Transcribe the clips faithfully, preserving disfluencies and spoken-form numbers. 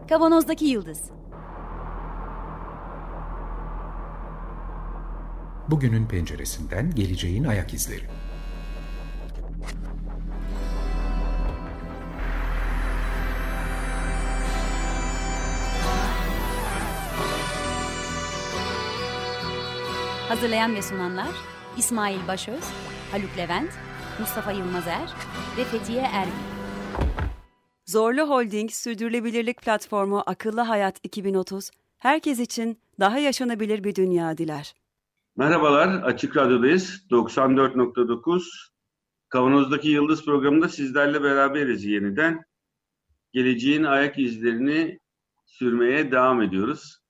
Kavanozdaki Yıldız. Bugünün penceresinden geleceğin ayak izleri. Hazırlayan ve sunanlar İsmail Başöz, Haluk Levent, Mustafa Yılmazer ve Fethiye Erbil. Zorlu Holding Sürdürülebilirlik Platformu Akıllı Hayat iki bin otuz, herkes için daha yaşanabilir bir dünya diler. Merhabalar, Açık Radyo'dayız. doksan dört nokta dokuz Kavanoz'daki Yıldız programında sizlerle beraberiz yeniden. Geleceğin ayak izlerini sürmeye devam ediyoruz.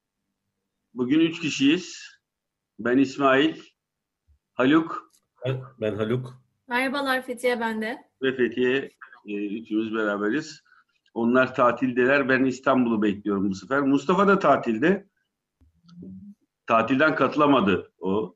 Bugün üç kişiyiz. Ben İsmail, Haluk. Ben, ben Haluk. Merhabalar, Fethiye ben de. Ve Fethiye, e, üçümüz beraberiz. Onlar tatildeler, ben İstanbul'u bekliyorum bu sefer. Mustafa da tatilde. Tatilden katılamadı o.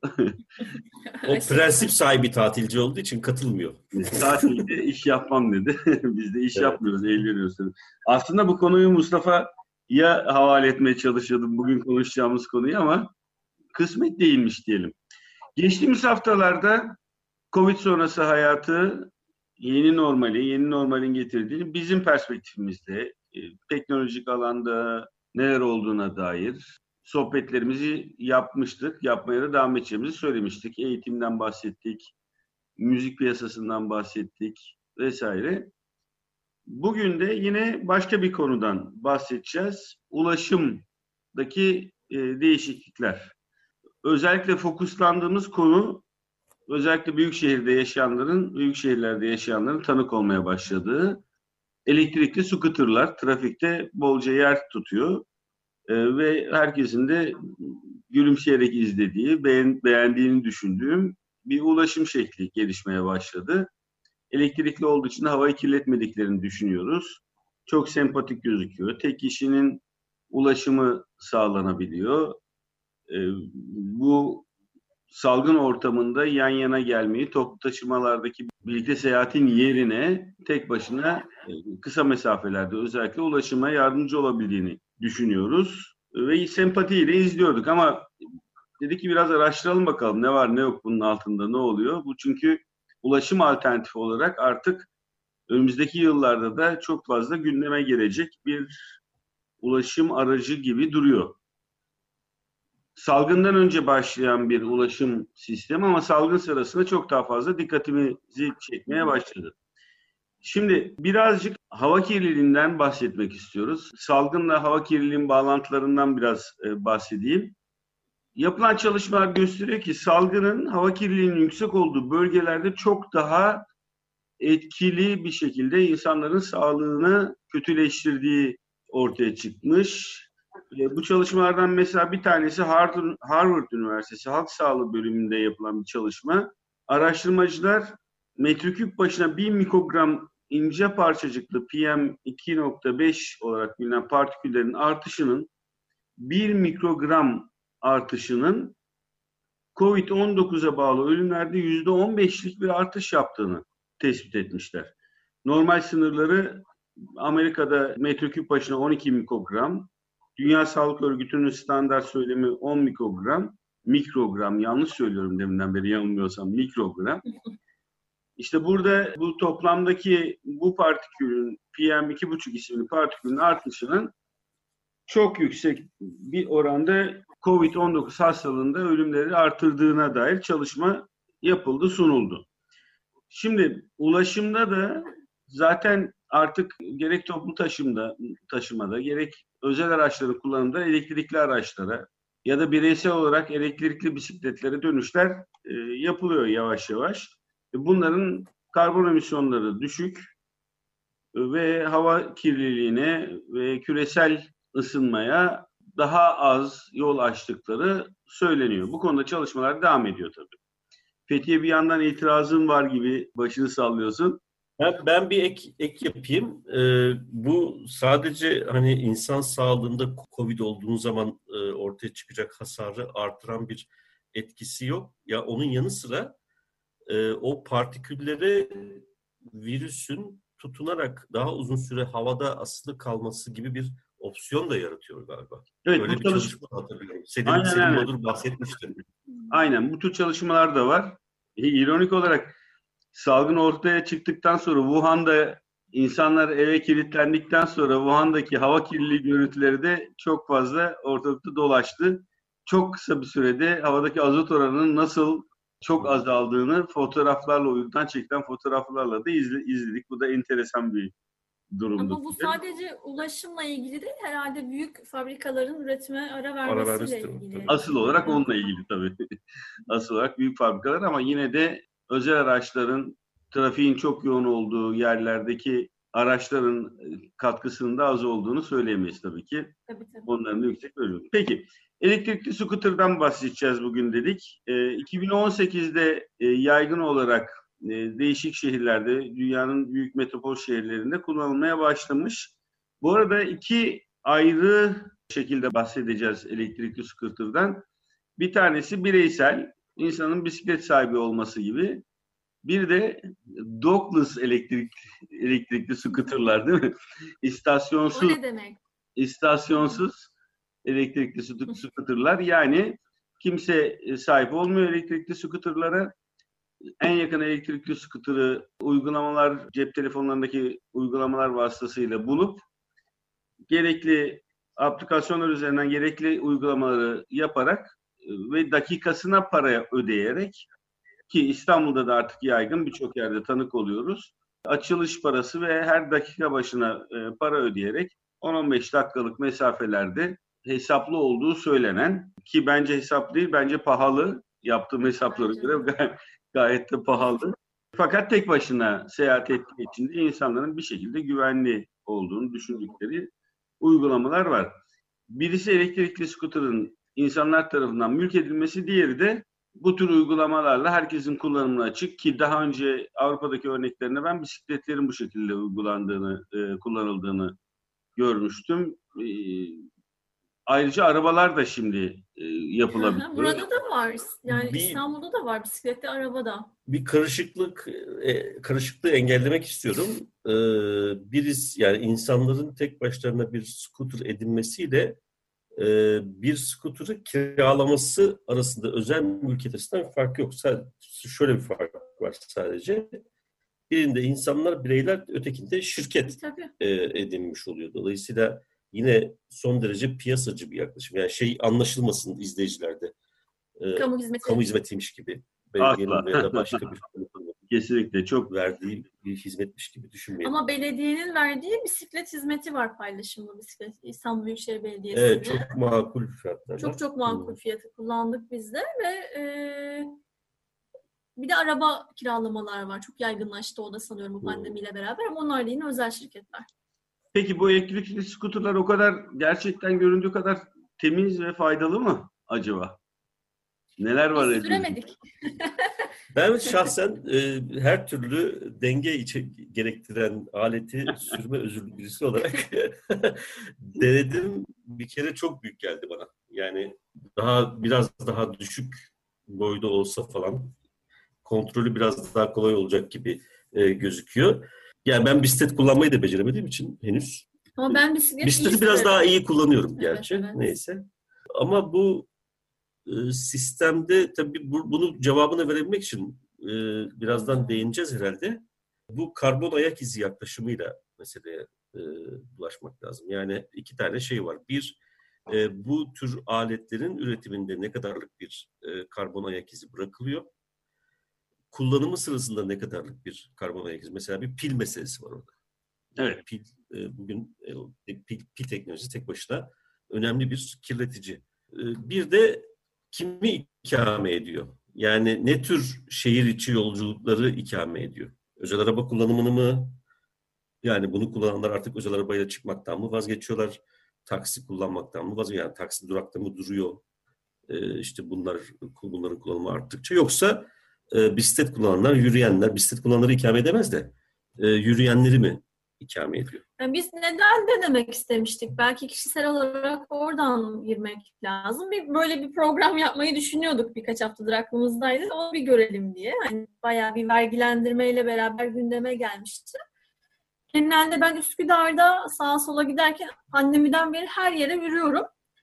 O prensip sahibi tatilci olduğu için katılmıyor. Tatilde iş yapmam dedi. Biz de iş Evet. yapmıyoruz, eğleniyoruz. Aslında bu konuyu Mustafa'ya havale etmeye çalışıyordum. Bugün konuşacağımız konuyu ama kısmet değilmiş diyelim. Geçtiğimiz haftalarda Covid sonrası hayatı, yeni normali, yeni normalin getirdiğini bizim perspektifimizde, e, teknolojik alanda neler olduğuna dair sohbetlerimizi yapmıştık. Yapmaya da devam edeceğimizi söylemiştik. Eğitimden bahsettik, müzik piyasasından bahsettik vesaire. Bugün de yine başka bir konudan bahsedeceğiz. Ulaşımdaki e, değişiklikler. Özellikle fokuslandığımız konu, özellikle büyük şehirde yaşayanların, büyük şehirlerde yaşayanların tanık olmaya başladığı elektrikli scooterlar trafikte bolca yer tutuyor. Ee, ve herkesin de gülümseyerek izlediği, beğen, beğendiğini düşündüğüm bir ulaşım şekli gelişmeye başladı. Elektrikli olduğu için havayı kirletmediklerini düşünüyoruz. Çok sempatik gözüküyor. Tek kişinin ulaşımı sağlanabiliyor. Ee, bu salgın ortamında yan yana gelmeyi, toplu taşımalardaki birlikte seyahatin yerine tek başına e, kısa mesafelerde özellikle ulaşıma yardımcı olabildiğini düşünüyoruz. Ve sempatiyle izliyorduk ama dedik ki biraz araştıralım bakalım ne var ne yok bunun altında, ne oluyor. Bu çünkü ulaşım alternatifi olarak artık önümüzdeki yıllarda da çok fazla gündeme gelecek bir ulaşım aracı gibi duruyor. Salgından önce başlayan bir ulaşım sistemi ama salgın sırasında çok daha fazla dikkatimizi çekmeye başladı. Şimdi birazcık hava kirliliğinden bahsetmek istiyoruz. Salgınla hava kirliliğinin bağlantılarından biraz e, bahsedeyim. Yapılan çalışmalar gösteriyor ki salgının hava kirliliğinin yüksek olduğu bölgelerde çok daha etkili bir şekilde insanların sağlığını kötüleştirdiği ortaya çıkmış. Bu çalışmalardan mesela bir tanesi Harvard, Harvard Üniversitesi Halk Sağlığı bölümünde yapılan bir çalışma. Araştırmacılar metreküp başına bir mikrogram ince parçacıklı P M iki nokta beş olarak bilinen partiküllerin artışının bir mikrogram artışının Covid on dokuza bağlı ölümlerde yüzde on beşlik bir artış yaptığını tespit etmişler. Normal sınırları Amerika'da metreküp başına on iki mikrogram, Dünya Sağlık Örgütü'nün standart söylemi on mikrogram, mikrogram, yanlış söylüyorum deminden beri yanılmıyorsam mikrogram. İşte burada bu toplamdaki bu partikülün P M iki buçuk isimli partikülün artışının çok yüksek bir oranda Covid on dokuz hastalığında ölümleri artırdığına dair çalışma yapıldı, sunuldu. Şimdi ulaşımda da zaten artık gerek toplu taşımda, taşımada gerek özel araçların kullanımında elektrikli araçlara ya da bireysel olarak elektrikli bisikletlere dönüşler e, yapılıyor yavaş yavaş. Bunların karbon emisyonları düşük ve hava kirliliğine ve küresel ısınmaya daha az yol açtıkları söyleniyor. Bu konuda çalışmalar devam ediyor tabii. Fethiye bir yandan itirazın var gibi başını sallıyorsun. Ben, ben bir ek, ek yapayım. Ee, bu sadece hani insan sağlığında Covid olduğu zaman e, ortaya çıkacak hasarı artıran bir etkisi yok. Ya onun yanı sıra e, o partiküllere virüsün tutunarak daha uzun süre havada asılı kalması gibi bir opsiyon da yaratıyor galiba. Evet, Böyle bu bir çalış- çalışma hatırlıyorum. Selim, Aynen, Selim aynen. Badur bahsetmişti. Aynen, bu tür çalışmalar da var. E, ironik olarak salgın ortaya çıktıktan sonra Wuhan'da insanlar eve kilitlendikten sonra Wuhan'daki hava kirliliği görüntüleri de çok fazla ortalıkta dolaştı. Çok kısa bir sürede havadaki azot oranının nasıl çok azaldığını fotoğraflarla, uydudan çekilen fotoğraflarla da izle, izledik. Bu da enteresan bir durumdu. Ama bu sadece ulaşımla ilgili değil, herhalde büyük fabrikaların üretime ara vermesiyle vermesi, ilgili. Asıl olarak onunla ilgili tabii. Asıl olarak büyük fabrikalar, ama yine de özel araçların, trafiğin çok yoğun olduğu yerlerdeki araçların katkısının da az olduğunu söyleyemeyiz tabii ki. Tabii, tabii. Onların da yüksek bölümü. Peki, elektrikli scooter'dan bahsedeceğiz bugün dedik. E, iki bin on sekizde e, yaygın olarak e, değişik şehirlerde, dünyanın büyük metropol şehirlerinde kullanılmaya başlamış. Bu arada iki ayrı şekilde bahsedeceğiz elektrikli scooter'dan. Bir tanesi bireysel, insanın bisiklet sahibi olması gibi. Bir de dockless elektrik, elektrikli scooter'lar, değil mi? İstasyonsuz. O ne demek? İstasyonsuz elektrikli scooter'lar, yani kimse sahip olmuyor elektrikli scooter'lara. En yakın elektrikli scooter'ı uygulamalar, cep telefonlarındaki uygulamalar vasıtasıyla bulup gerekli aplikasyonlar üzerinden gerekli uygulamaları yaparak ve dakikasına para ödeyerek, ki İstanbul'da da artık yaygın, birçok yerde tanık oluyoruz, açılış parası ve her dakika başına para ödeyerek on on beş dakikalık mesafelerde hesaplı olduğu söylenen, ki bence hesaplı değil, bence pahalı, yaptığım hesaplara göre gayet, gayet de pahalı. Fakat tek başına seyahat ettiği için de insanların bir şekilde güvenli olduğunu düşündükleri uygulamalar var. Birisi elektrikli scooter'ın insanlar tarafından mülk edilmesi, diğeri de bu tür uygulamalarla herkesin kullanımına açık, ki daha önce Avrupa'daki örneklerinde ben bisikletlerin bu şekilde uygulandığını, e, kullanıldığını görmüştüm. E, ayrıca arabalar da şimdi e, yapılabiliyor. Burada da var. Yani Bir- İstanbul'da da var bisikletli araba da. Bir karışıklık, e, karışıklığı engellemek istiyorum. E, biriz yani insanların tek başlarına bir scooter edinmesiyle e, bir scooter'ı kiralaması arasında özel mülkiyet açısından bir fark yok. Sadece şöyle bir fark var sadece. Birinde insanlar, bireyler, ötekinde şirket Tabii. e, edinmiş oluyor. Dolayısıyla yine son derece piyasacı bir yaklaşım. Yani şey anlaşılmasın izleyicilerde. E, Kamu hizmeti. kamu hizmetiymiş gibi. Asla. Belediyenin ya da başka bir Kesinlikle çok verdiği bir hizmetmiş gibi düşünmeyelim. Ama belediyenin verdiği bisiklet hizmeti var, paylaşımlı bisiklet. İstanbul Büyükşehir Belediyesi'nin. Evet, çok makul fiyatlar. Çok çok makul fiyatı kullandık biz de ve e, bir de araba kiralamalar var. Çok yaygınlaştı o da sanıyorum bu pandemiyle beraber, ama onlar da yine özel şirketler. Peki bu elektrikli scooter'lar o kadar, gerçekten göründüğü kadar temiz ve faydalı mı acaba? Neler var? Biz elinde? süremedik. Ben şahsen e, her türlü denge içe gerektiren aleti sürme özürlü birisi olarak denedim. Bir kere çok büyük geldi bana. Yani daha biraz daha düşük boyda olsa falan kontrolü biraz daha kolay olacak gibi e, gözüküyor. Yani ben bisiklet kullanmayı da beceremediğim için henüz. Ama ben bisiklet Bisikleti iyi biraz sürerim. daha iyi kullanıyorum Evet, gerçi. evet. Neyse. Ama bu e, sistemde tabii bu, bunu cevabını verebilmek için e, birazdan değineceğiz herhalde. Bu karbon ayak izi yaklaşımıyla meseleye e, ulaşmak lazım. Yani iki tane şey var. Bir, e, bu tür aletlerin üretiminde ne kadarlık bir e, karbon ayak izi bırakılıyor? Kullanımı sırasında ne kadarlık bir karbon ayak izi? Mesela bir pil meselesi var orada. Evet. Pil, e, bugün e, pil, pil teknolojisi tek başına önemli bir kirletici. E, bir de kimi ikame ediyor? Yani ne tür şehir içi yolculukları ikame ediyor? Özel araba kullanımını mı? Yani bunu kullananlar artık özel arabayla çıkmaktan mı vazgeçiyorlar? Taksi kullanmaktan mı vazgeçiyorlar? Yani taksi durakta mı duruyor? E, işte bunlar, bunların kullanımı arttıkça. Yoksa e, bisiklet kullananlar, yürüyenler, bisiklet kullananları ikame edemez de e, yürüyenleri mi ikame ediyor? Yani biz neden denemek istemiştik? Belki kişisel olarak oradan girmek lazım. Bir, böyle bir program yapmayı düşünüyorduk, birkaç haftadır aklımızdaydı. Onu bir görelim diye. Hani bayağı bir vergilendirmeyle beraber gündeme gelmişti. Genelde ben Üsküdar'da sağa sola giderken pandemiden beri her yere yürüyorum.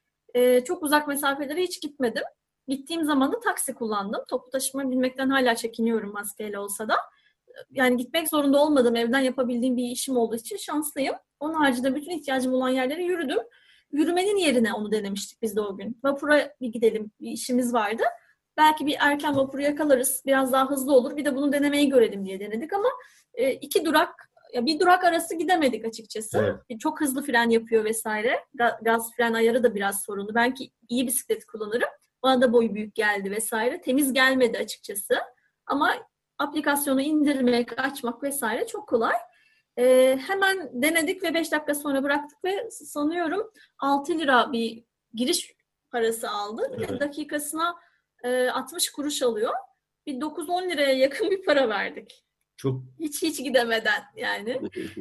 Ee, çok uzak mesafelere hiç gitmedim. Gittiğim zaman da taksi kullandım. Toplu taşıma binmekten hala çekiniyorum maskeyle olsa da. Yani gitmek zorunda olmadım. Evden yapabildiğim bir işim olduğu için şanslıyım. Onun haricinde bütün ihtiyacım olan yerlere yürüdüm. Yürümenin yerine onu denemiştik biz de o gün. Vapura bir gidelim, bir işimiz vardı. Belki bir erken vapuru yakalarız, biraz daha hızlı olur. Bir de bunu denemeyi görelim diye denedik ama e, iki durak, ya bir durak arası gidemedik açıkçası. Evet. Çok hızlı fren yapıyor vesaire. Gaz fren ayarı da biraz sorunlu. Ben ki iyi bisiklet kullanırım. Bana da boyu büyük geldi vesaire. Temiz gelmedi açıkçası. Ama aplikasyonu indirmek, açmak vesaire çok kolay. Ee, hemen denedik ve beş dakika sonra bıraktık ve sanıyorum altı lira bir giriş parası aldı. Evet. Dakikasına e, altmış kuruş alıyor. Bir dokuz on liraya yakın bir para verdik. Çok. Hiç hiç gidemeden yani.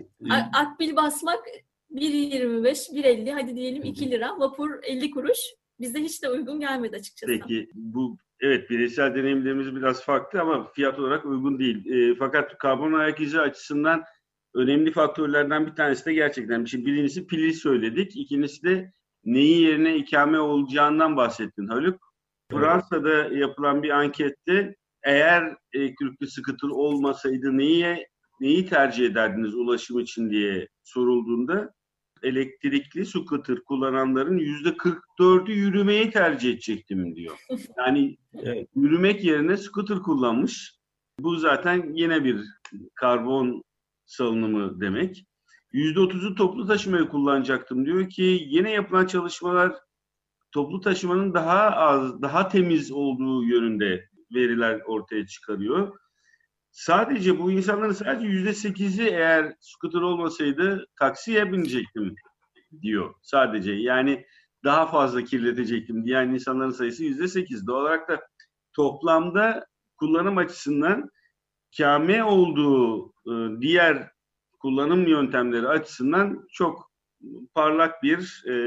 Akbil basmak bir yirmi beş, bir elli hadi diyelim iki lira. Vapur elli kuruş. Bize hiç de uygun gelmedi açıkçası. Peki bu evet bireysel deneyimlerimiz biraz farklı ama fiyat olarak uygun değil. E, fakat karbon ayak izi açısından önemli faktörlerden bir tanesi de gerçekten. Şimdi birincisi pili söyledik. İkincisi de neyi yerine ikame olacağından bahsettin Haluk. Fransa'da yapılan bir ankette eğer elektrikli scooter olmasaydı neyi neyi tercih ederdiniz ulaşım için diye sorulduğunda elektrikli scooter kullananların yüzde kırk dördü yürümeyi tercih edecektim diyor. Yani evet. Yürümek yerine scooter kullanmış. Bu zaten yine bir karbon salınımı demek. yüzde otuzu toplu taşımayı kullanacaktım diyor ki yine yapılan çalışmalar toplu taşımanın daha az, daha temiz olduğu yönünde veriler ortaya çıkarıyor. Sadece bu insanların sadece yüzde sekizi eğer scooter olmasaydı taksiye binecektim diyor sadece. Yani daha fazla kirletecektim diyen insanların sayısı yüzde sekiz. Doğal olarak da toplamda kullanım açısından kâme olduğu diğer kullanım yöntemleri açısından çok parlak bir e,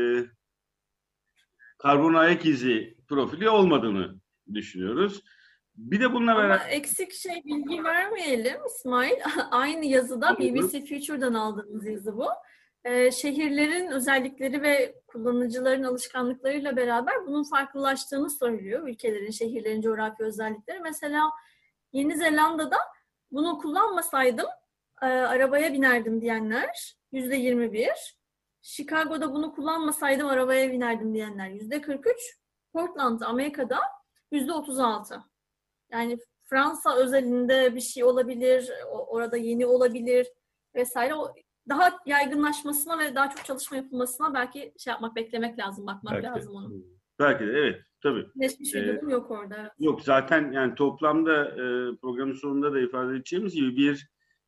karbon ayak izi profili olmadığını düşünüyoruz. Bir de bununla beraber... Ama eksik şey bilgi vermeyelim İsmail. Aynı yazıda B B C Future'dan aldığımız yazı bu. Ee, şehirlerin özellikleri ve kullanıcıların alışkanlıklarıyla beraber bunun farklılaştığını söylüyor. Ülkelerin, şehirlerin coğrafi özellikleri. Mesela Yeni Zelanda'da bunu kullanmasaydım e, arabaya binerdim diyenler yüzde yirmi bir. Chicago'da bunu kullanmasaydım arabaya binerdim diyenler yüzde kırk üç. Portland, Amerika'da yüzde otuz altı. Yani Fransa özelinde bir şey olabilir, orada yeni olabilir vesaire. O daha yaygınlaşmasına ve daha çok çalışma yapılmasına belki şey yapmak, beklemek lazım, bakmak belki lazım onu. Belki de evet, tabii. Hiçbir şey durum ee, yok orada. Yok zaten yani toplamda e, programın sonunda da ifade edeceğimiz gibi bir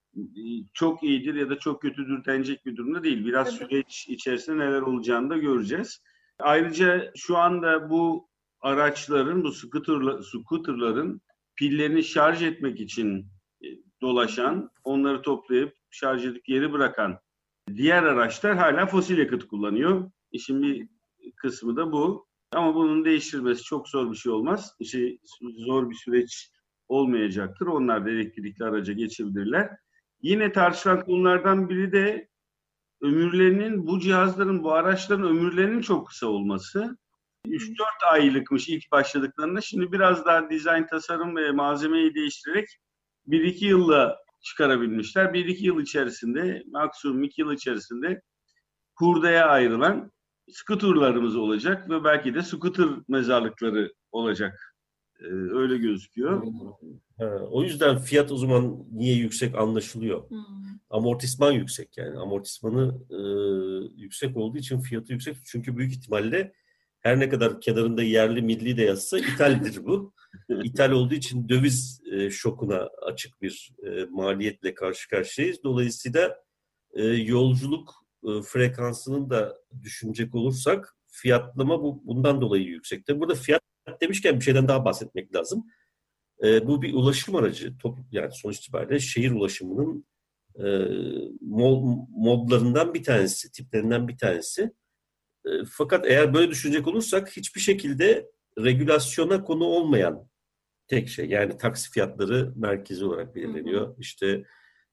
çok iyidir ya da çok kötüdür denecek bir durumda değil. Biraz tabii. Süreç içerisinde neler olacağını da göreceğiz. Ayrıca şu anda bu araçların, bu scooterla, scooterların pillerini şarj etmek için dolaşan, onları toplayıp şarj edip geri bırakan diğer araçlar hala fosil yakıt kullanıyor. İşin bir kısmı da bu. Ama bunun değiştirmesi çok zor bir şey olmaz. İşte zor bir süreç olmayacaktır. Onlar da elektrikli araca geçebilirler. Yine tartışılan konulardan biri de ömürlerinin, bu cihazların, bu araçların ömürlerinin çok kısa olması. üç dört aylıkmış ilk başladıklarında. Şimdi biraz daha dizayn, tasarım ve malzemeyi değiştirerek bir iki yılla çıkarabilmişler. bir iki yıl içerisinde, maksimum iki yıl içerisinde hurdaya ayrılan scooterlarımız olacak ve belki de scooter mezarlıkları olacak. Ee, öyle gözüküyor. Ha, o yüzden fiyat o zaman niye yüksek anlaşılıyor. Hmm. Amortisman yüksek yani. Amortismanı e, yüksek olduğu için fiyatı yüksek. Çünkü büyük ihtimalle her ne kadar kenarında yerli milli de yazsa ithaldir bu. İthal olduğu için döviz e, şokuna açık bir e, maliyetle karşı karşıyayız. Dolayısıyla e, yolculuk e, frekansının da düşünecek olursak fiyatlama bu bundan dolayı yüksekte. Burada fiyat demişken bir şeyden daha bahsetmek lazım. E, bu bir ulaşım aracı. Top, yani sonuç itibariyle şehir ulaşımının e, mod, modlarından bir tanesi, tiplerinden bir tanesi. E, fakat eğer böyle düşünecek olursak hiçbir şekilde regülasyona konu olmayan tek şey. Yani taksi fiyatları merkezi olarak belirleniyor. İşte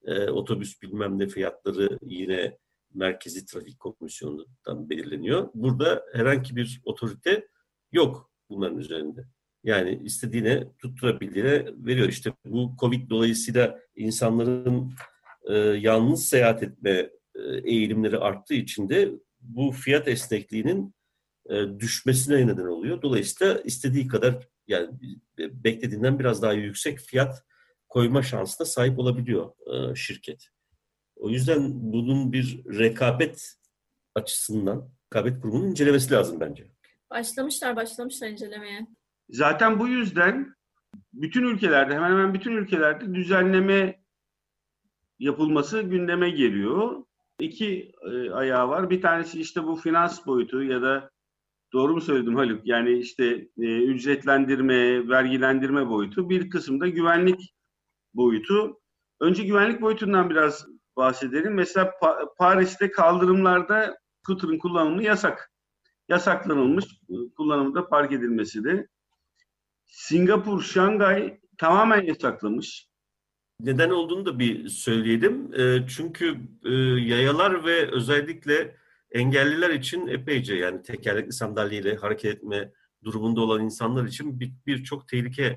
E, otobüs bilmem ne fiyatları yine Merkezi Trafik Komisyonu'ndan belirleniyor. Burada herhangi bir otorite yok bunların üzerinde. Yani istediğine, tutturabildiğine veriyor. İşte bu Covid dolayısıyla insanların e, yalnız seyahat etme e, eğilimleri arttığı için de bu fiyat esnekliğinin e, düşmesine neden oluyor. Dolayısıyla istediği kadar, yani beklediğinden biraz daha yüksek fiyat koyma şansına sahip olabiliyor e, şirket. O yüzden bunun bir rekabet açısından rekabet kurumunun incelemesi lazım bence. Başlamışlar, başlamışlar incelemeye. Zaten bu yüzden bütün ülkelerde, hemen hemen bütün ülkelerde düzenleme yapılması gündeme geliyor. İki e, ayağı var. Bir tanesi işte bu finans boyutu ya da doğru mu söyledim Haluk? Yani işte e, ücretlendirme, vergilendirme boyutu. Bir kısımda güvenlik boyutu. Önce güvenlik boyutundan biraz bahsedelim. Mesela pa- Paris'te kaldırımlarda scooter'ın kullanımı yasak. Yasaklanılmış, kullanımda park edilmesi de. Singapur, Şangay tamamen yasaklamış. Neden olduğunu da bir söyleyelim. E, çünkü e, yayalar ve özellikle engelliler için epeyce, yani tekerlekli sandalyeyle hareket etme durumunda olan insanlar için bir, birçok tehlikeye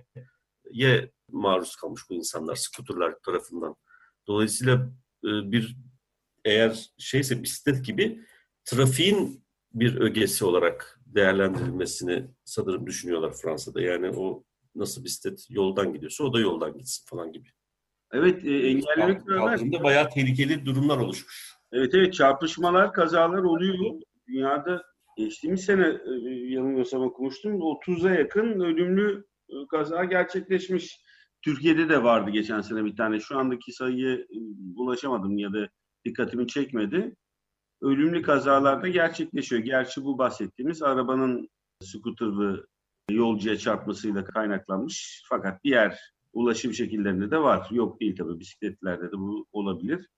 maruz kalmış bu insanlar skuterler tarafından. Dolayısıyla e, bir eğer şeyse bisiklet gibi trafiğin bir ögesi olarak değerlendirilmesini sanırım düşünüyorlar Fransa'da. Yani o nasıl bisiklet yoldan gidiyorsa o da yoldan gitsin falan gibi. Evet, e, engellemek kaldırımda bayağı tehlikeli durumlar oluşmuş. Evet evet, çarpışmalar, kazalar oluyor. Dünyada geçtiğimiz sene e, yanılmıyorsam okumuştum. otuza yakın ölümlü e, kaza gerçekleşmiş. Türkiye'de de vardı geçen sene bir tane. Şu andaki sayıya e, ulaşamadım ya da dikkatimi çekmedi. Ölümlü kazalarda gerçekleşiyor. Gerçi bu bahsettiğimiz arabanın skuterlı yolcuya çarpmasıyla kaynaklanmış. Fakat diğer ulaşım şekillerinde de var. Yok değil tabii, bisikletlerde de bu olabilir.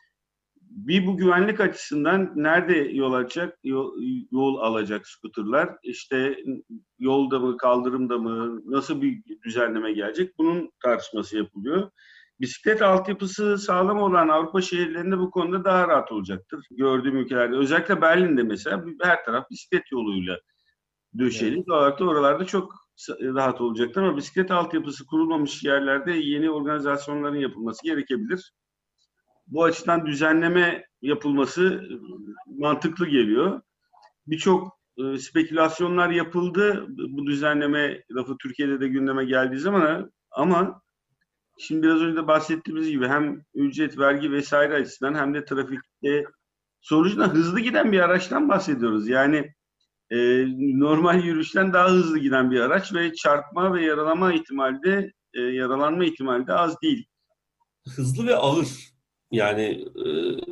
Bir bu güvenlik açısından nerede yol alacak, yol, yol alacak skuterlar? İşte yolda mı, kaldırımda mı, nasıl bir düzenleme gelecek? Bunun tartışması yapılıyor. Bisiklet altyapısı sağlam olan Avrupa şehirlerinde bu konuda daha rahat olacaktır. Gördüğüm ülkelerde, özellikle Berlin'de mesela her taraf bisiklet yoluyla döşeli. Evet. Olarak da oralarda çok rahat olacaktır ama bisiklet altyapısı kurulmamış yerlerde yeni organizasyonların yapılması gerekebilir. Bu açıdan düzenleme yapılması mantıklı geliyor. Birçok e, spekülasyonlar yapıldı bu düzenleme lafı Türkiye'de de gündeme geldiği zaman, ama şimdi biraz önce de bahsettiğimiz gibi hem ücret, vergi vesaire açısından hem de trafikte sonucunda hızlı giden bir araçtan bahsediyoruz. Yani e, normal yürüyüşten daha hızlı giden bir araç ve çarpma ve yaralanma ihtimali de e, yaralanma ihtimali de az değil. Hızlı ve ağır. Yani e,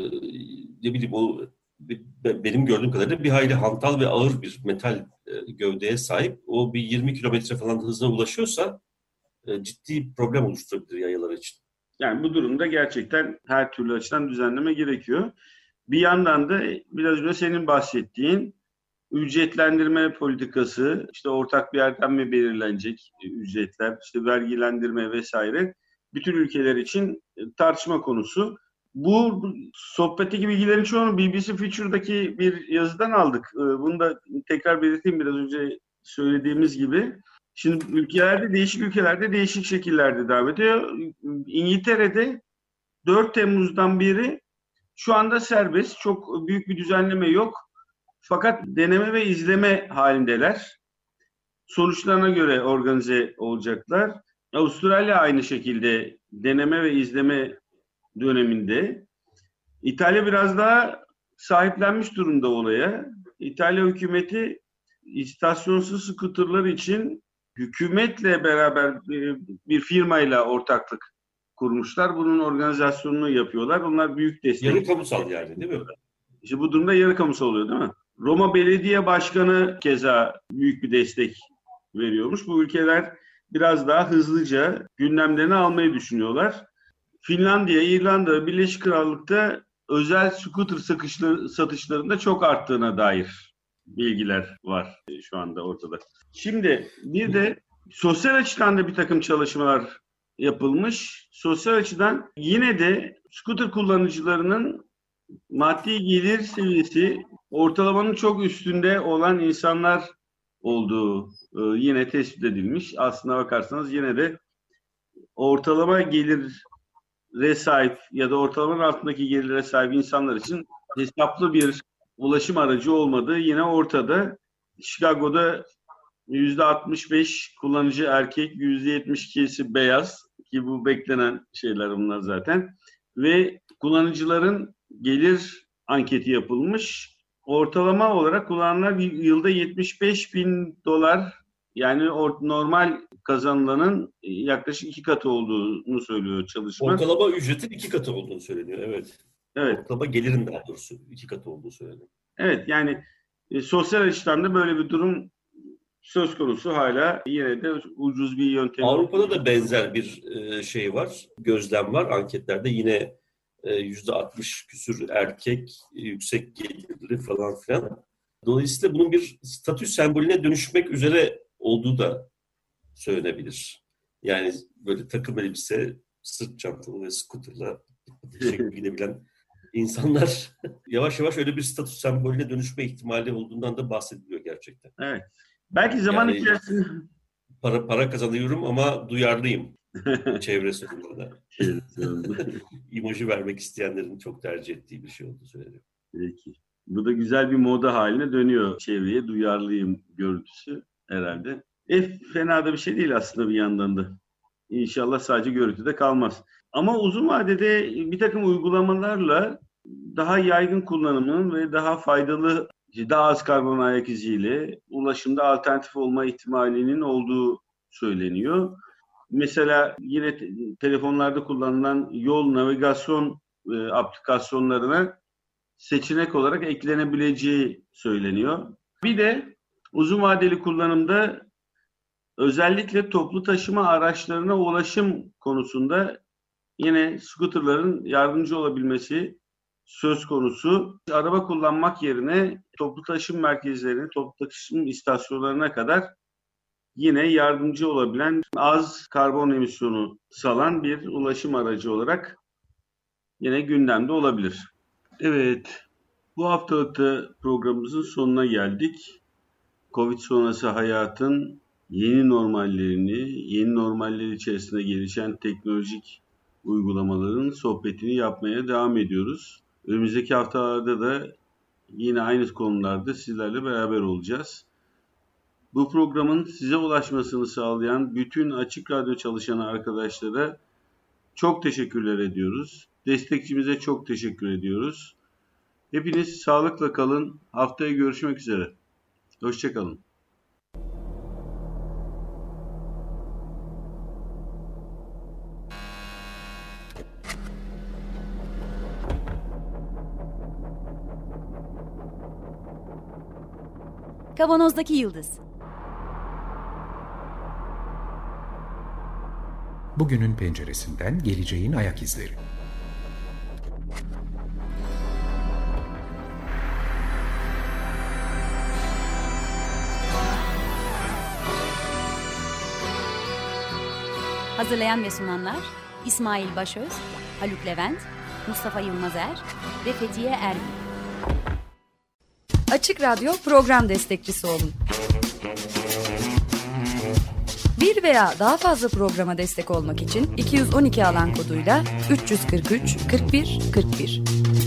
ne bileyim o benim gördüğüm kadarıyla bir hayli hantal ve ağır bir metal e, gövdeye sahip. O bir yirmi kilometre falan hızla ulaşıyorsa e, ciddi problem oluşturabilir yayalar için. Yani bu durumda gerçekten her türlü açıdan düzenleme gerekiyor. Bir yandan da biraz önce senin bahsettiğin ücretlendirme politikası, işte ortak bir yerden mi belirlenecek ücretler, işte vergilendirme vesaire bütün ülkeler için tartışma konusu. Bu sohbetteki bilgilerin çoğunu B B C Future'daki bir yazıdan aldık. Bunu da tekrar belirteyim, biraz önce söylediğimiz gibi. Şimdi ülkelerde, değişik ülkelerde değişik şekillerde devam ediyor. İngiltere'de dört Temmuz'dan beri şu anda serbest. Çok büyük bir düzenleme yok. Fakat deneme ve izleme halindeler. Sonuçlarına göre organize olacaklar. Avustralya aynı şekilde deneme ve izleme döneminde. İtalya biraz daha sahiplenmiş durumda olaya. İtalya hükümeti istasyonsuz skuterlar için hükümetle beraber bir firmayla ortaklık kurmuşlar. Bunun organizasyonunu yapıyorlar. Onlar büyük destek. Yarı kamusal yani, değil mi? İşte bu durumda yarı kamusal oluyor, değil mi? Roma Belediye Başkanı keza büyük bir destek veriyormuş. Bu ülkeler biraz daha hızlıca gündemlerini almayı düşünüyorlar. Finlandiya, İrlanda, Birleşik Krallık'ta özel scooter satışlarında çok arttığına dair bilgiler var şu anda ortada. Şimdi bir de sosyal açıdan da bir takım çalışmalar yapılmış. Sosyal açıdan yine de scooter kullanıcılarının maddi gelir seviyesi ortalamanın çok üstünde olan insanlar olduğu e, yine tespit edilmiş. Aslına bakarsanız yine de ortalama gelire sahip ya da ortalamanın altındaki gelire sahip insanlar için hesaplı bir ulaşım aracı olmadığı yine ortada. Chicago'da yüzde altmış beş kullanıcı erkek, yüzde yetmiş ikisi beyaz ki bu beklenen şeyler bunlar zaten. Ve kullanıcıların gelir anketi yapılmış. Ortalama olarak kullananlar yılda yetmiş beş bin dolar, yani normal kazanılanın yaklaşık iki katı olduğunu söylüyor çalışma. Ortalama ücretin iki katı olduğunu söyleniyor, evet. Evet. Ortalama gelirin daha doğrusu iki katı olduğu söyleniyor. Evet, yani e, sosyal açıdan da böyle bir durum söz konusu, hala yine de ucuz bir yöntem. Avrupa'da da benzer bir e, şey var, gözlem var. Anketlerde yine e, yüzde altmış küsür erkek, e, yüksek gelirli falan filan. Dolayısıyla bunun bir statü sembolüne dönüşmek üzere olduğu da söylenebilir. Yani böyle takım elbise, sırt çantalı ve scooterla gidebilen insanlar yavaş yavaş öyle bir statü sembolüne dönüşme ihtimali olduğundan da bahsediliyor gerçekten. Evet. Belki zaman yani, içerisinde... Para, para kazanıyorum ama duyarlıyım çevre sorunlarına. İmajı vermek isteyenlerin çok tercih ettiği bir şey olduğu söyleniyor. Peki. Bu da güzel bir moda haline dönüyor, çevreye duyarlıyım görüntüsü herhalde. E, fena da bir şey değil aslında bir yandan da. İnşallah sadece görüntüde kalmaz. Ama uzun vadede bir takım uygulamalarla daha yaygın kullanımın ve daha faydalı, daha az karbon ayak iziyle ulaşımda alternatif olma ihtimalinin olduğu söyleniyor. Mesela yine te- telefonlarda kullanılan yol navigasyon e, aplikasyonlarına seçenek olarak eklenebileceği söyleniyor. Bir de uzun vadeli kullanımda özellikle toplu taşıma araçlarına ulaşım konusunda yine scooterların yardımcı olabilmesi söz konusu. Araba kullanmak yerine toplu taşıma merkezlerine, toplu taşıma istasyonlarına kadar yine yardımcı olabilen, az karbon emisyonu salan bir ulaşım aracı olarak yine gündemde olabilir. Evet, bu haftalıkta programımızın sonuna geldik. Covid sonrası hayatın yeni normallerini, yeni normaller içerisinde gelişen teknolojik uygulamaların sohbetini yapmaya devam ediyoruz. Önümüzdeki haftalarda da yine aynı konularda sizlerle beraber olacağız. Bu programın size ulaşmasını sağlayan bütün Açık Radyo çalışan arkadaşlara çok teşekkürler ediyoruz. Destekçimize çok teşekkür ediyoruz. Hepiniz sağlıkla kalın. Haftaya görüşmek üzere. Hoşça kalın. Kavanozdaki Yıldız. Bugünün penceresinden geleceğin ayak izleri. Hazırlayan ve sunanlar İsmail Başöz, Haluk Levent, Mustafa Yılmazer ve Fethiye Erbil. Açık Radyo program destekçisi olun. Bir veya daha fazla programa destek olmak için iki yüz on iki alan koduyla üç yüz kırk üç kırk bir kırk bir.